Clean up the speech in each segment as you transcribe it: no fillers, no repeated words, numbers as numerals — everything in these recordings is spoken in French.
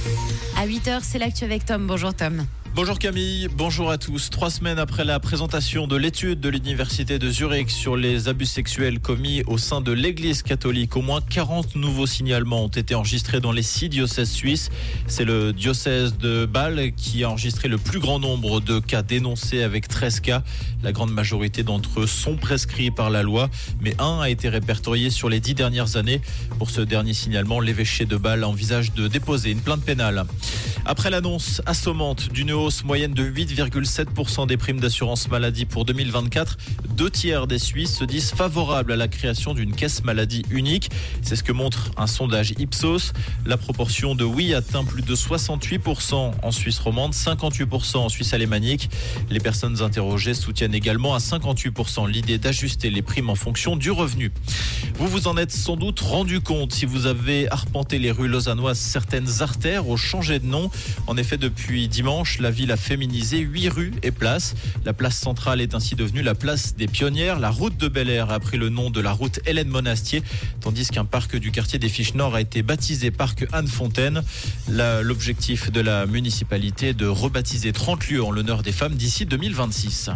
À 8h, c'est l'actu avec Tom. Bonjour Tom. Bonjour Camille, bonjour à tous. 3 semaines après la présentation de l'étude de l'université de Zurich sur les abus sexuels commis au sein de l'église catholique, au moins 40 nouveaux signalements ont été enregistrés dans les 6 diocèses suisses. C'est le diocèse de Bâle qui a enregistré le plus grand nombre de cas dénoncés avec 13 cas. La grande majorité d'entre eux sont prescrits par la loi, mais un a été répertorié sur les 10 dernières années. Pour ce dernier signalement, l'évêché de Bâle envisage de déposer une plainte pénale. Après l'annonce assommante d'une hausse moyenne de 8,7% des primes d'assurance maladie pour 2024, 2 tiers des Suisses se disent favorables à la création d'une caisse maladie unique. C'est ce que montre un sondage Ipsos. La proportion de oui atteint plus de 68% en Suisse romande, 58% en Suisse alémanique. Les personnes interrogées soutiennent également à 58% l'idée d'ajuster les primes en fonction du revenu. Vous vous en êtes sans doute rendu compte si vous avez arpenté les rues lausannoises. Certaines artères ont changé de nom. En effet, depuis dimanche, la ville a féminisé 8 rues et places. La place centrale est ainsi devenue la place des Pionnières. La route de Bel-Air a pris le nom de la route Hélène Monastier, tandis qu'un parc du quartier des Fiches Nord a été baptisé parc Anne Fontaine. L'objectif de la municipalité est de rebaptiser 30 lieux en l'honneur des femmes d'ici 2026.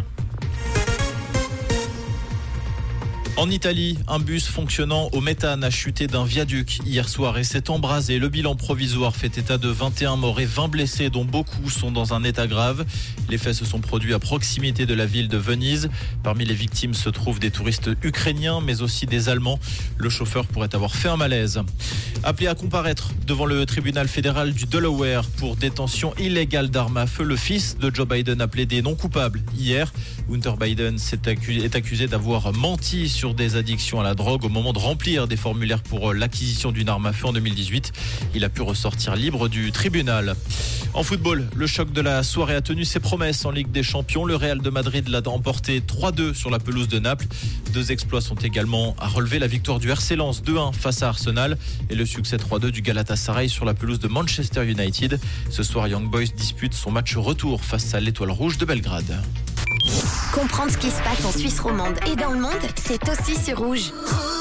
En Italie, un bus fonctionnant au méthane a chuté d'un viaduc hier soir et s'est embrasé. Le bilan provisoire fait état de 21 morts et 20 blessés, dont beaucoup sont dans un état grave. Les faits se sont produits à proximité de la ville de Venise. Parmi les victimes se trouvent des touristes ukrainiens, mais aussi des Allemands. Le chauffeur pourrait avoir fait un malaise. Appelé à comparaître devant le tribunal fédéral du Delaware pour détention illégale d'armes à feu, le fils de Joe Biden a plaidé non coupable hier. Hunter Biden est accusé d'avoir menti sur des addictions à la drogue au moment de remplir des formulaires pour l'acquisition d'une arme à feu en 2018. Il a pu ressortir libre du tribunal. En football, le choc de la soirée a tenu ses promesses en Ligue des Champions. Le Real de Madrid l'a emporté 3-2 sur la pelouse de Naples. 2 exploits sont également à relever. La victoire du RC Lens 2-1 face à Arsenal et le succès 3-2 du Galatasaray sur la pelouse de Manchester United. Ce soir, Young Boys dispute son match retour face à l'Étoile Rouge de Belgrade. Comprendre ce qui se passe en Suisse romande et dans le monde, c'est aussi sur Rouge.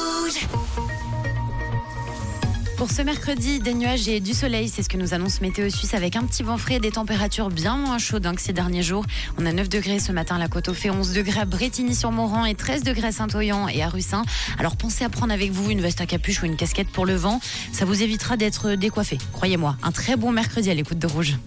Pour ce mercredi, des nuages et du soleil, c'est ce que nous annonce Météo Suisse avec un petit vent frais et des températures bien moins chaudes que ces derniers jours. On a 9 degrés ce matin à la Côte-aux-Fées, 11 degrés à Brétigny-sur-Morand et 13 degrés à Saint-Oyen et à Russin. Alors pensez à prendre avec vous une veste à capuche ou une casquette pour le vent. Ça vous évitera d'être décoiffé. Croyez-moi, un très bon mercredi à l'écoute de Rouge.